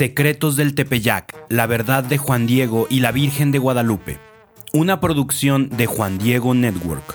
Secretos del Tepeyac, la verdad de Juan Diego y la Virgen de Guadalupe. Una producción de Juan Diego Network.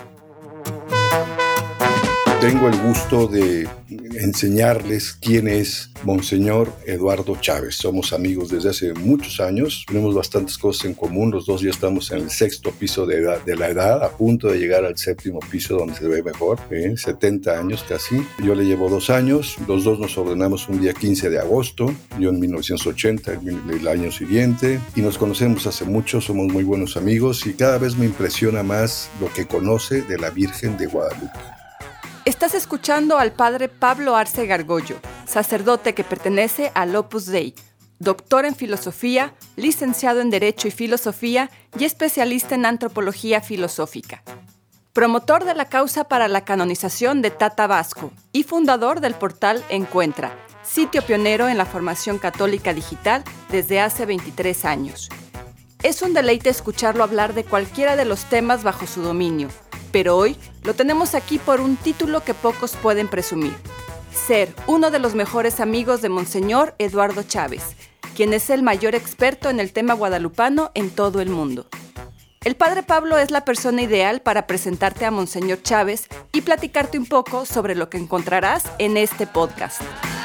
Tengo el gusto de enseñarles quién es Monseñor Eduardo Chávez. Somos amigos desde hace muchos años, tenemos bastantes cosas en común. Los dos ya estamos en el 6º piso de la edad, a punto de llegar al 7º piso donde se ve mejor, 70 años casi. Yo le llevo 2 años, los dos nos ordenamos un día 15 de agosto, yo en 1980, el año siguiente, y nos conocemos hace mucho, somos muy buenos amigos y cada vez me impresiona más lo que conoce de la Virgen de Guadalupe. Estás escuchando al padre Pablo Arce Gargollo, sacerdote que pertenece al Opus Dei, doctor en filosofía, licenciado en Derecho y Filosofía y especialista en antropología filosófica. Promotor de la causa para la canonización de Tata Vasco y fundador del portal Encuentra, sitio pionero en la formación católica digital desde hace 23 años. Es un deleite escucharlo hablar de cualquiera de los temas bajo su dominio, pero hoy lo tenemos aquí por un título que pocos pueden presumir: ser uno de los mejores amigos de Monseñor Eduardo Chávez, quien es el mayor experto en el tema guadalupano en todo el mundo. El padre Pablo es la persona ideal para presentarte a Monseñor Chávez y platicarte un poco sobre lo que encontrarás en este podcast.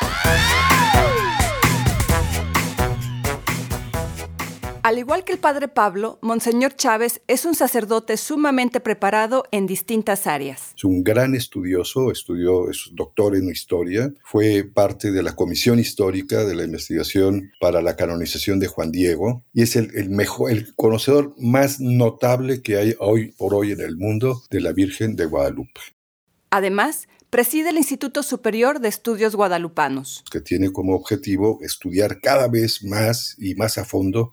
Al igual que el padre Pablo, Monseñor Chávez es un sacerdote sumamente preparado en distintas áreas. Es un gran estudioso, es doctor en historia, fue parte de la comisión histórica de la investigación para la canonización de Juan Diego y es el conocedor más notable que hay hoy por hoy en el mundo de la Virgen de Guadalupe. Además, preside el Instituto Superior de Estudios Guadalupanos, que tiene como objetivo estudiar cada vez más y más a fondo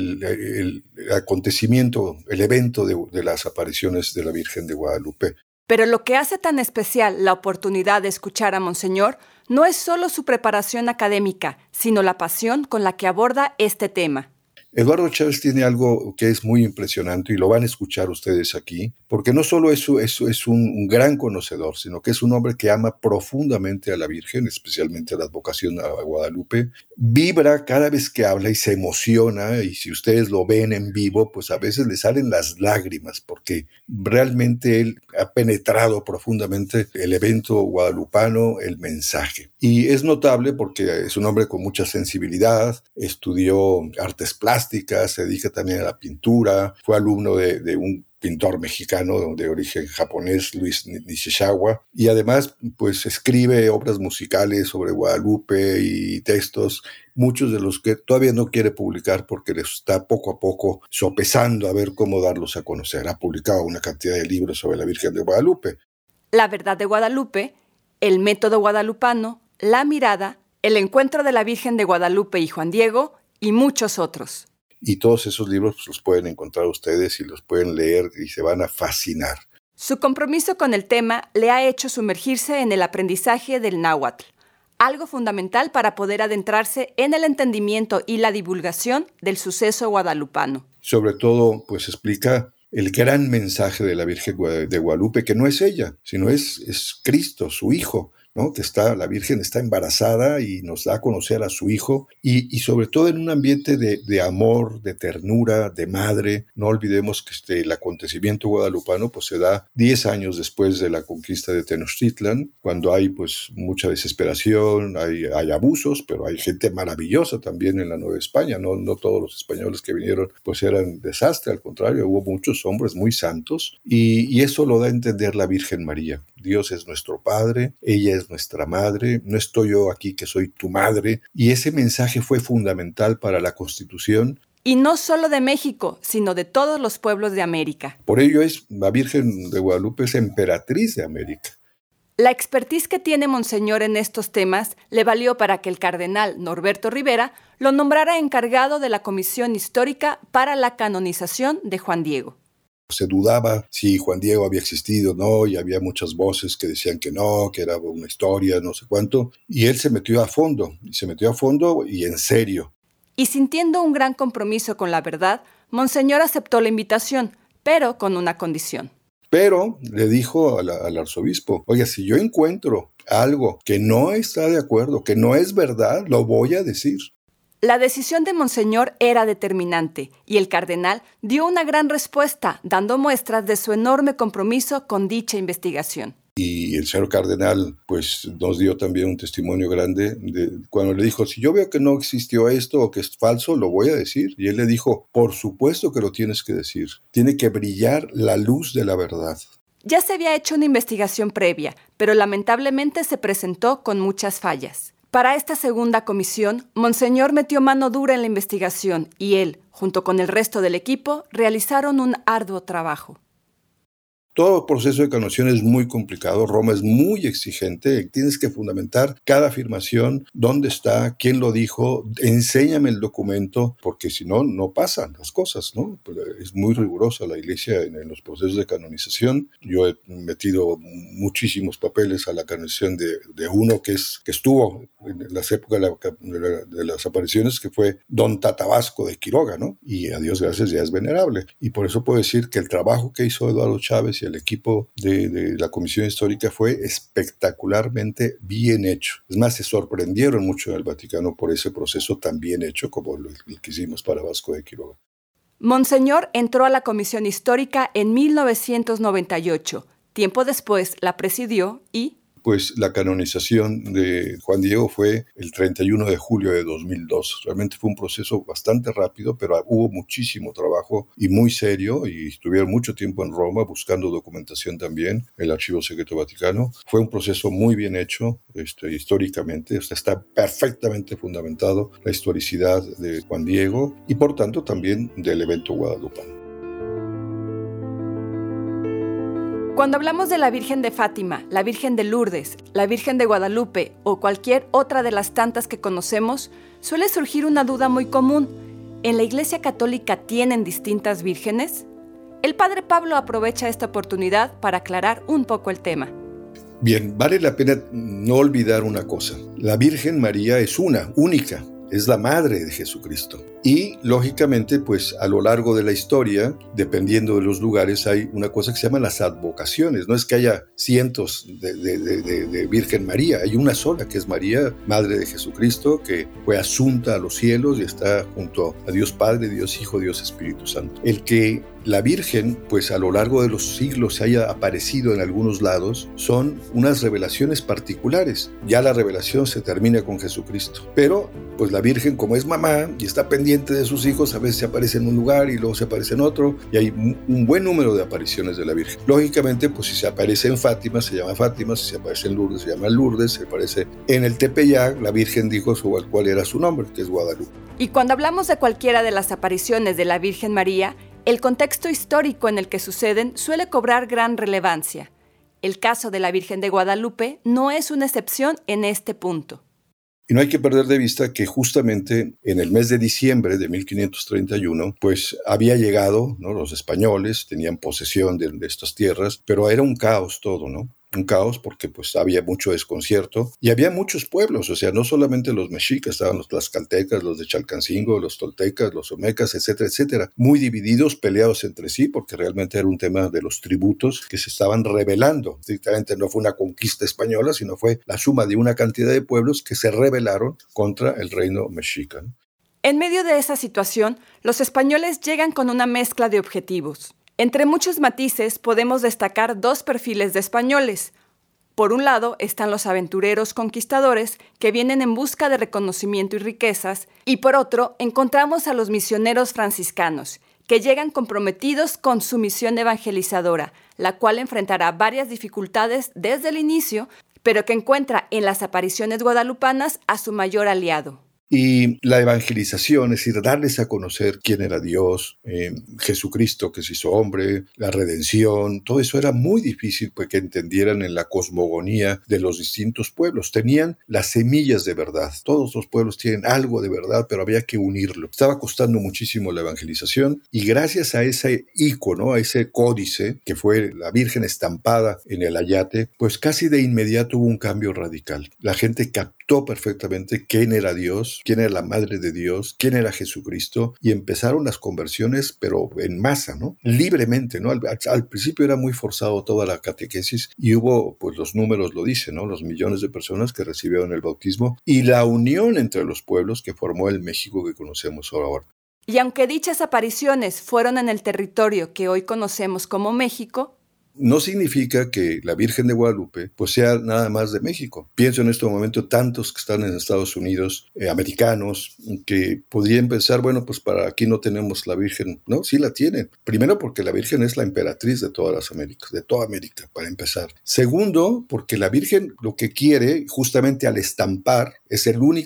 el acontecimiento, el evento de las apariciones de la Virgen de Guadalupe. Pero lo que hace tan especial la oportunidad de escuchar a Monseñor no es solo su preparación académica, sino la pasión con la que aborda este tema. Eduardo Chávez tiene algo que es muy impresionante y lo van a escuchar ustedes aquí, porque no solo es un gran conocedor, sino que es un hombre que ama profundamente a la Virgen, especialmente a la advocación a Guadalupe. Vibra cada vez que habla y se emociona, y si ustedes lo ven en vivo, pues a veces le salen las lágrimas, porque realmente él ha penetrado profundamente el evento guadalupano, el mensaje. Y es notable porque es un hombre con mucha sensibilidad, estudió artes plásticas, se dedica también a la pintura, fue alumno de un pintor mexicano de origen japonés, Luis Nishizawa, y además pues escribe obras musicales sobre Guadalupe y textos, muchos de los que todavía no quiere publicar porque le está poco a poco sopesando a ver cómo darlos a conocer. Ha publicado una cantidad de libros sobre la Virgen de Guadalupe. La verdad de Guadalupe, el método guadalupano, la mirada, el encuentro de la Virgen de Guadalupe y Juan Diego y muchos otros. Y todos esos libros los pueden encontrar ustedes y los pueden leer y se van a fascinar. Su compromiso con el tema le ha hecho sumergirse en el aprendizaje del náhuatl, algo fundamental para poder adentrarse en el entendimiento y la divulgación del suceso guadalupano. Sobre todo, pues explica el gran mensaje de la Virgen de Guadalupe, que no es ella, sino es Cristo, su Hijo, ¿no? Que la Virgen está embarazada y nos da a conocer a su Hijo y sobre todo en un ambiente de amor, de ternura, de madre. No olvidemos que el acontecimiento guadalupano pues se da 10 años después de la conquista de Tenochtitlan, cuando hay pues mucha desesperación, hay abusos, pero hay gente maravillosa también en la Nueva España. No todos los españoles que vinieron pues eran desastre, al contrario, hubo muchos hombres muy santos y eso lo da a entender la Virgen María. Dios es nuestro Padre, ella es nuestra Madre, no estoy yo aquí que soy tu madre, y ese mensaje fue fundamental para la Constitución. Y no solo de México, sino de todos los pueblos de América. Por ello la Virgen de Guadalupe es emperatriz de América. La expertise que tiene Monseñor en estos temas le valió para que el cardenal Norberto Rivera lo nombrara encargado de la Comisión Histórica para la Canonización de Juan Diego. Se dudaba si Juan Diego había existido o no, y había muchas voces que decían que no, que era una historia, no sé cuánto. Y él se metió a fondo y en serio. Y sintiendo un gran compromiso con la verdad, Monseñor aceptó la invitación, pero con una condición. Pero le dijo al arzobispo: oiga, si yo encuentro algo que no está de acuerdo, que no es verdad, lo voy a decir. La decisión de Monseñor era determinante y el cardenal dio una gran respuesta, dando muestras de su enorme compromiso con dicha investigación. Y el señor cardenal pues nos dio también un testimonio grande cuando le dijo, si yo veo que no existió esto o que es falso, lo voy a decir. Y él le dijo, por supuesto que lo tienes que decir. Tiene que brillar la luz de la verdad. Ya se había hecho una investigación previa, pero lamentablemente se presentó con muchas fallas. Para esta segunda comisión, Monseñor metió mano dura en la investigación y él, junto con el resto del equipo, realizaron un arduo trabajo. Todo proceso de canonización es muy complicado, Roma es muy exigente, tienes que fundamentar cada afirmación, dónde está, quién lo dijo, enséñame el documento, porque si no, no pasan las cosas, ¿no? Es muy rigurosa la Iglesia en los procesos de canonización. Yo he metido muchísimos papeles a la canonización de uno que estuvo en las épocas de las apariciones, que fue Don Tatabasco de Quiroga, ¿no? Y a Dios gracias ya es venerable. Y por eso puedo decir que el trabajo que hizo Eduardo Chávez y el equipo de la Comisión Histórica fue espectacularmente bien hecho. Es más, se sorprendieron mucho en el Vaticano por ese proceso tan bien hecho como el que hicimos para Vasco de Quiroga. Monseñor entró a la Comisión Histórica en 1998. Tiempo después la presidió y... Pues la canonización de Juan Diego fue el 31 de julio de 2002. Realmente fue un proceso bastante rápido, pero hubo muchísimo trabajo y muy serio, y estuvieron mucho tiempo en Roma buscando documentación también, el Archivo Secreto Vaticano. Fue un proceso muy bien hecho históricamente, está perfectamente fundamentado la historicidad de Juan Diego y por tanto también del evento guadalupano. Cuando hablamos de la Virgen de Fátima, la Virgen de Lourdes, la Virgen de Guadalupe o cualquier otra de las tantas que conocemos, suele surgir una duda muy común. ¿En la Iglesia Católica tienen distintas vírgenes? El Padre Pablo aprovecha esta oportunidad para aclarar un poco el tema. Bien, vale la pena no olvidar una cosa. La Virgen María es única. Es la madre de Jesucristo. Y, lógicamente, pues a lo largo de la historia, dependiendo de los lugares, hay una cosa que se llama las advocaciones. No es que haya cientos de Virgen María, hay una sola que es María, madre de Jesucristo, que fue asunta a los cielos y está junto a Dios Padre, Dios Hijo, Dios Espíritu Santo. El que la Virgen, pues a lo largo de los siglos se haya aparecido en algunos lados, son unas revelaciones particulares. Ya la revelación se termina con Jesucristo. Pero, pues la Virgen, como es mamá y está pendiente de sus hijos, a veces se aparece en un lugar y luego se aparece en otro, y hay un buen número de apariciones de la Virgen. Lógicamente, pues si se aparece en Fátima, se llama Fátima, si se aparece en Lourdes, se llama Lourdes, si aparece en el Tepeyac, la Virgen dijo cuál era su nombre, que es Guadalupe. Y cuando hablamos de cualquiera de las apariciones de la Virgen María, el contexto histórico en el que suceden suele cobrar gran relevancia. El caso de la Virgen de Guadalupe no es una excepción en este punto. Y no hay que perder de vista que justamente en el mes de diciembre de 1531, pues había llegado, ¿no? Los españoles tenían posesión de estas tierras, pero era un caos todo, ¿no? Un caos porque pues había mucho desconcierto y había muchos pueblos, o sea, no solamente los mexicas, estaban los tlaxcaltecas, los de Chalcancingo, los toltecas, los olmecas, etcétera, etcétera, muy divididos, peleados entre sí, porque realmente era un tema de los tributos que se estaban rebelando. Estrictamente no fue una conquista española, sino fue la suma de una cantidad de pueblos que se rebelaron contra el reino mexica. En medio de esa situación, los españoles llegan con una mezcla de objetivos. Entre muchos matices podemos destacar dos perfiles de españoles. Por un lado están los aventureros conquistadores que vienen en busca de reconocimiento y riquezas, y por otro encontramos a los misioneros franciscanos, que llegan comprometidos con su misión evangelizadora, la cual enfrentará varias dificultades desde el inicio, pero que encuentra en las apariciones guadalupanas a su mayor aliado. Y la evangelización, es decir, darles a conocer quién era Dios, Jesucristo que se hizo hombre, la redención, todo eso era muy difícil pues, que entendieran en la cosmogonía de los distintos pueblos. Tenían las semillas de verdad. Todos los pueblos tienen algo de verdad, pero había que unirlo. Estaba costando muchísimo la evangelización y gracias a ese ícono, a ese códice que fue la Virgen estampada en el ayate, pues casi de inmediato hubo un cambio radical. La gente captó perfectamente quién era Dios, Dios, quién era la Madre de Dios, quién era Jesucristo, y empezaron las conversiones, pero en masa, ¿no? Libremente, ¿no? Al principio era muy forzado toda la catequesis y hubo, pues los números lo dicen, ¿no? Los millones de personas que recibieron el bautismo y la unión entre los pueblos que formó el México que conocemos ahora. Y aunque dichas apariciones fueron en el territorio que hoy conocemos como México, no significa que la Virgen de Guadalupe pues sea nada más de México. Pienso en este momento tantos que están en Estados Unidos, americanos, que podrían pensar, bueno, pues para aquí no tenemos la Virgen. No, sí la tienen. Primero porque la Virgen es la emperatriz de todas las Américas, de toda América, para empezar. Segundo, porque la Virgen lo que quiere, justamente al estampar, es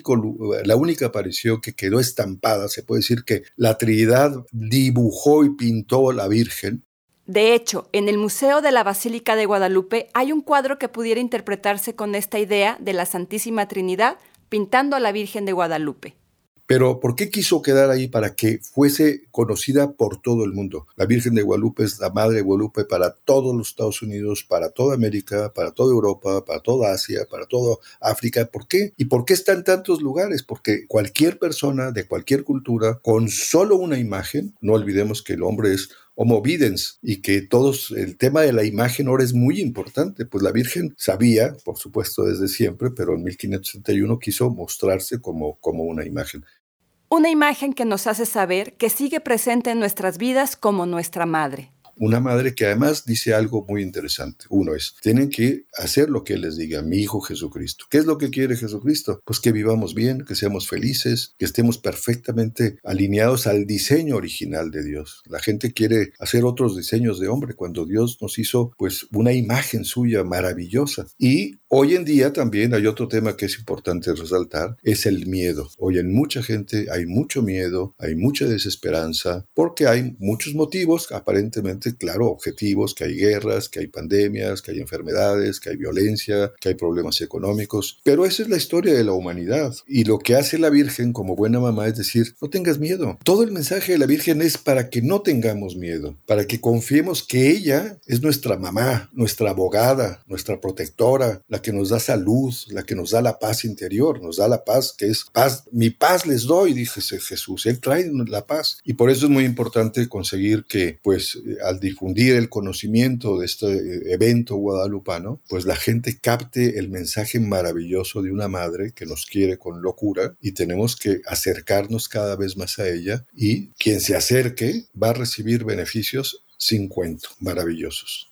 la única aparición que quedó estampada. Se puede decir que la Trinidad dibujó y pintó a la Virgen. De hecho, en el Museo de la Basílica de Guadalupe hay un cuadro que pudiera interpretarse con esta idea de la Santísima Trinidad pintando a la Virgen de Guadalupe. Pero ¿por qué quiso quedar ahí? Para que fuese conocida por todo el mundo. La Virgen de Guadalupe es la Madre de Guadalupe para todos los Estados Unidos, para toda América, para toda Europa, para toda Asia, para toda África. ¿Por qué? ¿Y por qué está en tantos lugares? Porque cualquier persona de cualquier cultura, con solo una imagen, no olvidemos que el hombre es Homo videns, y que el tema de la imagen ahora es muy importante, pues la Virgen sabía, por supuesto desde siempre, pero en 1561 quiso mostrarse como una imagen. Una imagen que nos hace saber que sigue presente en nuestras vidas como nuestra madre. Una madre que además dice algo muy interesante. Uno es, tienen que hacer lo que Él les diga, mi Hijo Jesucristo. ¿Qué es lo que quiere Jesucristo? Pues que vivamos bien, que seamos felices, que estemos perfectamente alineados al diseño original de Dios. La gente quiere hacer otros diseños de hombre cuando Dios nos hizo pues una imagen suya maravillosa. Y hoy en día también hay otro tema que es importante resaltar, es el miedo. Hoy en mucha gente hay mucho miedo, hay mucha desesperanza, porque hay muchos motivos aparentemente, claro, objetivos, que hay guerras, que hay pandemias, que hay enfermedades, que hay violencia, que hay problemas económicos, pero esa es la historia de la humanidad. Y lo que hace la Virgen como buena mamá es decir, no tengas miedo. Todo el mensaje de la Virgen es para que no tengamos miedo, para que confiemos que ella es nuestra mamá, nuestra abogada, nuestra protectora, la que nos da salud, la que nos da la paz interior, nos da la paz, que es paz. Mi paz les doy, dice Jesús, Él trae la paz. Y por eso es muy importante conseguir que, pues, al difundir el conocimiento de este evento guadalupano, pues la gente capte el mensaje maravilloso de una madre que nos quiere con locura, y tenemos que acercarnos cada vez más a ella, y quien se acerque va a recibir beneficios sin cuento, maravillosos.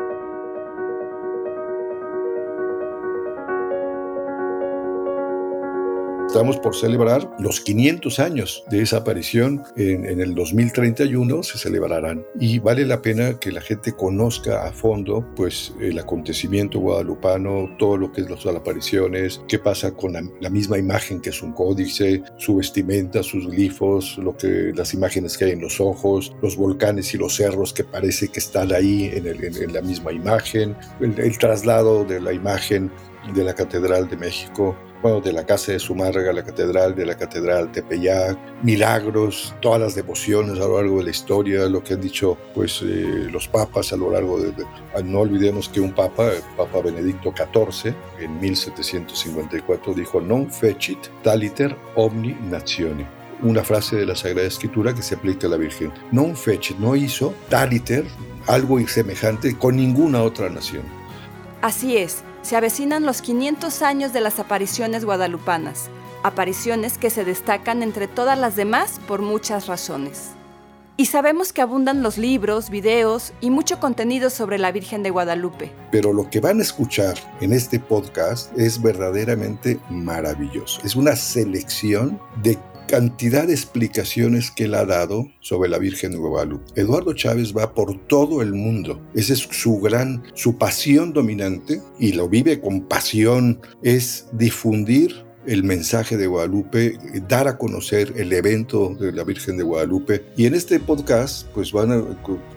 Estamos por celebrar los 500 años de esa aparición. En el 2031 se celebrarán. Y vale la pena que la gente conozca a fondo pues, el acontecimiento guadalupano, todo lo que es las apariciones, qué pasa con la misma imagen que es un códice, su vestimenta, sus glifos, las imágenes que hay en los ojos, los volcanes y los cerros que parece que están ahí en la misma imagen, el traslado de la imagen de la Catedral de México, de la Casa de Zumárraga, la Catedral, de la Catedral Tepeyac, milagros, todas las devociones a lo largo de la historia, lo que han dicho pues, los papas a lo largo no olvidemos que un papa, el Papa Benedicto XIV, en 1754 dijo non fecit taliter omni natione. Una frase de la Sagrada Escritura que se aplica a la Virgen. Non fecit, no hizo taliter, algo semejante con ninguna otra nación. Así es. Se avecinan los 500 años de las apariciones guadalupanas, apariciones que se destacan entre todas las demás por muchas razones. Y sabemos que abundan los libros, videos y mucho contenido sobre la Virgen de Guadalupe. Pero lo que van a escuchar en este podcast es verdaderamente maravilloso. Es una selección de cantidad de explicaciones que él ha dado sobre la Virgen de Guadalupe. Eduardo Chávez va por todo el mundo. Esa es su pasión dominante, y lo vive con pasión, es difundir el mensaje de Guadalupe, dar a conocer el evento de la Virgen de Guadalupe. Y en este podcast pues van a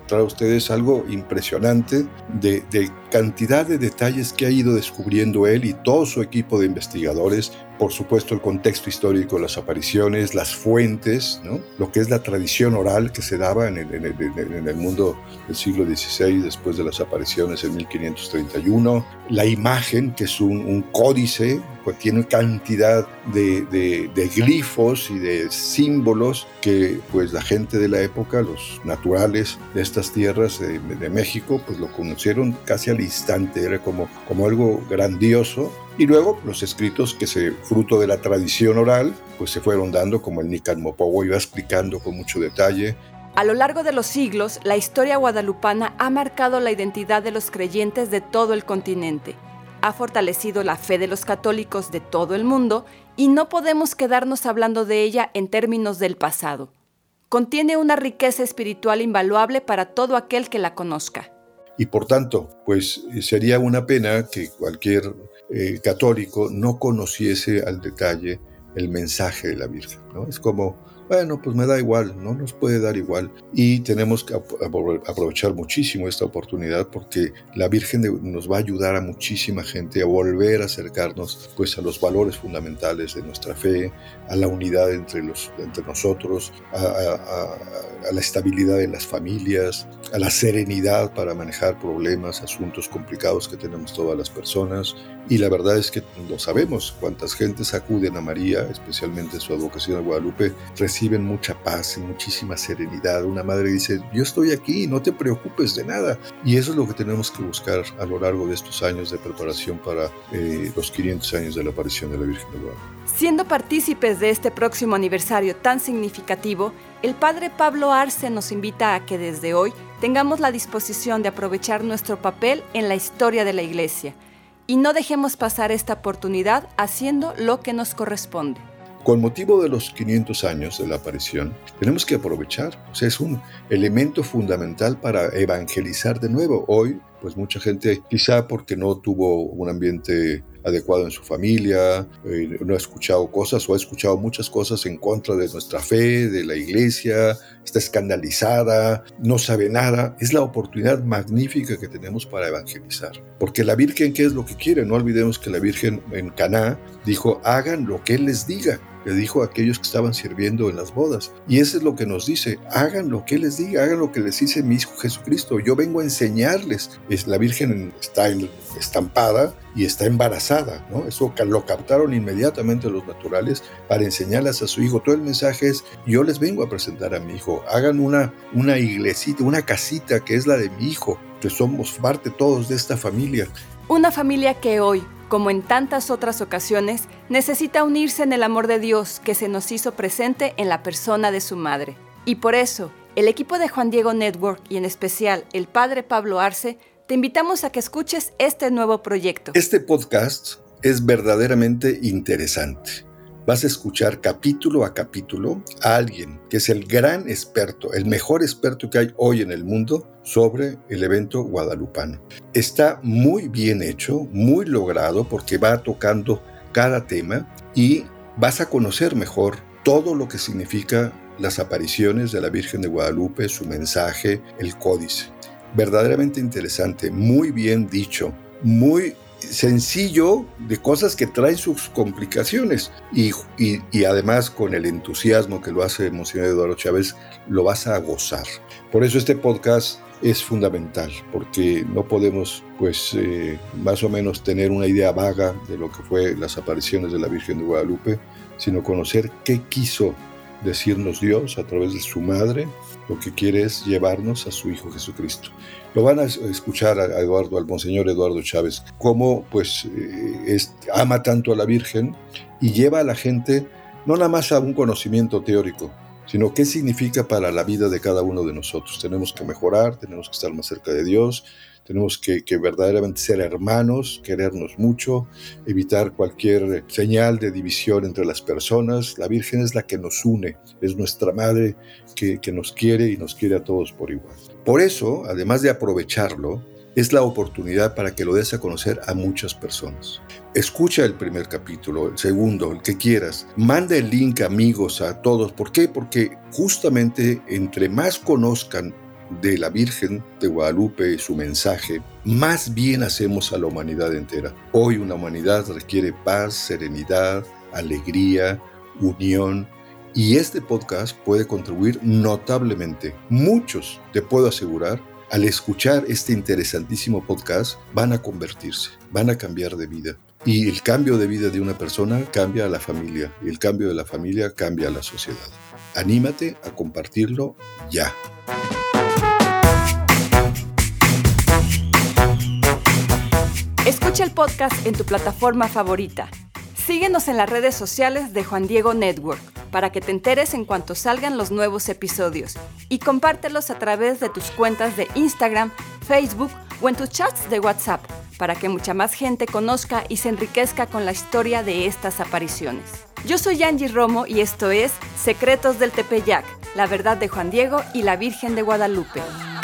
mostrar a ustedes algo impresionante de cantidad de detalles que ha ido descubriendo él y todo su equipo de investigadores. Por supuesto, el contexto histórico de las apariciones, las fuentes, ¿no? Lo que es la tradición oral que se daba en el mundo del siglo XVI después de las apariciones en 1531, la imagen, que es un códice, pues tiene cantidad de glifos y de símbolos que pues la gente de la época, los naturales de estas tierras de México, pues lo conocieron casi al instante, era como algo grandioso. Y luego los escritos fruto de la tradición oral, pues se fueron dando, como el Nican Mopohuo iba explicando con mucho detalle. A lo largo de los siglos, la historia guadalupana ha marcado la identidad de los creyentes de todo el continente. Ha fortalecido la fe de los católicos de todo el mundo y no podemos quedarnos hablando de ella en términos del pasado. Contiene una riqueza espiritual invaluable para todo aquel que la conozca. Y por tanto, pues sería una pena que cualquier católico no conociese al detalle el mensaje de la Virgen, ¿no? Es como, bueno, pues me da igual, no nos puede dar igual. Y tenemos que aprovechar muchísimo esta oportunidad porque la Virgen nos va a ayudar a muchísima gente a volver a acercarnos pues a los valores fundamentales de nuestra fe, a la unidad entre nosotros, a la estabilidad en las familias, a la serenidad para manejar problemas, asuntos complicados que tenemos todas las personas. Y la verdad es que lo sabemos, cuántas gentes acuden a María, especialmente su advocación a Guadalupe, reciben mucha paz y muchísima serenidad. Una madre dice, yo estoy aquí, no te preocupes de nada. Y eso es lo que tenemos que buscar a lo largo de estos años de preparación para los 500 años de la aparición de la Virgen de Guadalupe. Siendo partícipes de este próximo aniversario tan significativo, el Padre Pablo Arce nos invita a que desde hoy tengamos la disposición de aprovechar nuestro papel en la historia de la Iglesia y no dejemos pasar esta oportunidad haciendo lo que nos corresponde. Con motivo de los 500 años de la aparición, tenemos que aprovechar, o sea, es un elemento fundamental para evangelizar de nuevo. Hoy, pues mucha gente, quizá porque no tuvo un ambiente adecuado en su familia, no ha escuchado cosas o ha escuchado muchas cosas en contra de nuestra fe, de la iglesia, está escandalizada, no sabe nada. Es la oportunidad magnífica que tenemos para evangelizar. Porque la Virgen, ¿qué es lo que quiere? No olvidemos que la Virgen en Caná dijo, hagan lo que Él les diga. Le dijo a aquellos que estaban sirviendo en las bodas. Y eso es lo que nos dice, hagan lo que Él les diga, hagan lo que les dice mi Hijo Jesucristo. Yo vengo a enseñarles. La Virgen está estampada y está embarazada, ¿no? Eso lo captaron inmediatamente los naturales para enseñarles a su hijo. Todo el mensaje es, yo les vengo a presentar a mi hijo. Hagan una iglesita, una casita que es la de mi hijo, que somos parte todos de esta familia. Una familia que hoy, como en tantas otras ocasiones, necesita unirse en el amor de Dios que se nos hizo presente en la persona de su madre. Y por eso, el equipo de Juan Diego Network y en especial el Padre Pablo Arce, te invitamos a que escuches este nuevo proyecto. Este podcast es verdaderamente interesante. Vas a escuchar capítulo a capítulo a alguien que es el gran experto, el mejor experto que hay hoy en el mundo sobre el evento guadalupano. Está muy bien hecho, muy logrado, porque va tocando cada tema y vas a conocer mejor todo lo que significa las apariciones de la Virgen de Guadalupe, su mensaje, el códice. Verdaderamente interesante, muy bien dicho, muy sencillo, de cosas que traen sus complicaciones y además con el entusiasmo que lo hace Monseñor Eduardo Chávez, lo vas a gozar. Por eso este podcast es fundamental, porque no podemos más o menos tener una idea vaga de lo que fue las apariciones de la Virgen de Guadalupe, sino conocer qué quiso decirnos Dios a través de su madre. Lo que quiere es llevarnos a su Hijo Jesucristo. Lo van a escuchar al Monseñor Eduardo Chávez, cómo ama tanto a la Virgen y lleva a la gente no nada más a un conocimiento teórico, sino qué significa para la vida de cada uno de nosotros. Tenemos que mejorar, tenemos que estar más cerca de Dios, tenemos que verdaderamente ser hermanos, querernos mucho, evitar cualquier señal de división entre las personas. La Virgen es la que nos une, es nuestra madre que nos quiere y nos quiere a todos por igual. Por eso, además de aprovecharlo, es la oportunidad para que lo des a conocer a muchas personas. Escucha el primer capítulo, el segundo, el que quieras. Manda el link, amigos, a todos. ¿Por qué? Porque justamente entre más conozcan de la Virgen de Guadalupe y su mensaje, más bien hacemos a la humanidad entera. Hoy una humanidad requiere paz, serenidad, alegría, unión, y este podcast puede contribuir notablemente. Muchos, te puedo asegurar, al escuchar este interesantísimo podcast, van a convertirse, van a cambiar de vida. Y el cambio de vida de una persona cambia a la familia, y el cambio de la familia cambia a la sociedad. Anímate a compartirlo ya. Escucha el podcast en tu plataforma favorita. Síguenos en las redes sociales de Juan Diego Network para que te enteres en cuanto salgan los nuevos episodios y compártelos a través de tus cuentas de Instagram, Facebook o en tus chats de WhatsApp para que mucha más gente conozca y se enriquezca con la historia de estas apariciones. Yo soy Angie Romo y esto es Secretos del Tepeyac, la verdad de Juan Diego y la Virgen de Guadalupe.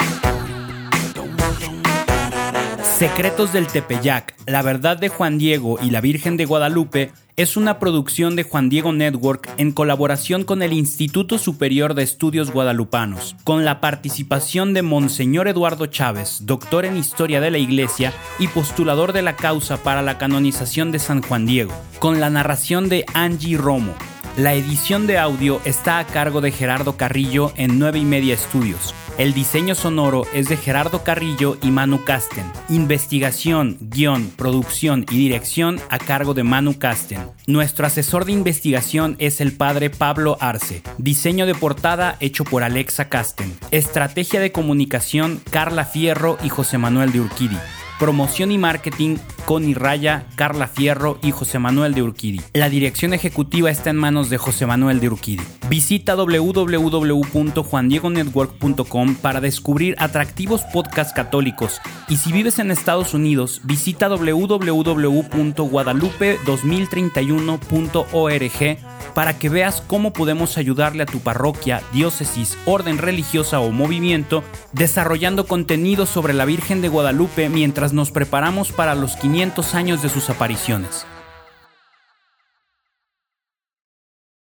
Secretos del Tepeyac, la verdad de Juan Diego y la Virgen de Guadalupe es una producción de Juan Diego Network en colaboración con el Instituto Superior de Estudios Guadalupanos, con la participación de Monseñor Eduardo Chávez, doctor en Historia de la Iglesia y postulador de la causa para la canonización de San Juan Diego, con la narración de Angie Romo. La edición de audio está a cargo de Gerardo Carrillo en 9y media Estudios. El diseño sonoro es de Gerardo Carrillo y Manu Casten. Investigación, guión, producción y dirección a cargo de Manu Casten. Nuestro asesor de investigación es el padre Pablo Arce. Diseño de portada hecho por Alexa Casten. Estrategia de comunicación Carla Fierro y José Manuel de Urquidi. Promoción y marketing, Connie Raya, Carla Fierro y José Manuel de Urquidi. La dirección ejecutiva está en manos de José Manuel de Urquidi. Visita www.juandiegonetwork.com para descubrir atractivos podcasts católicos. Y si vives en Estados Unidos, visita www.guadalupe2031.org para que veas cómo podemos ayudarle a tu parroquia, diócesis, orden religiosa o movimiento desarrollando contenido sobre la Virgen de Guadalupe mientras nos preparamos para los 500 años de sus apariciones.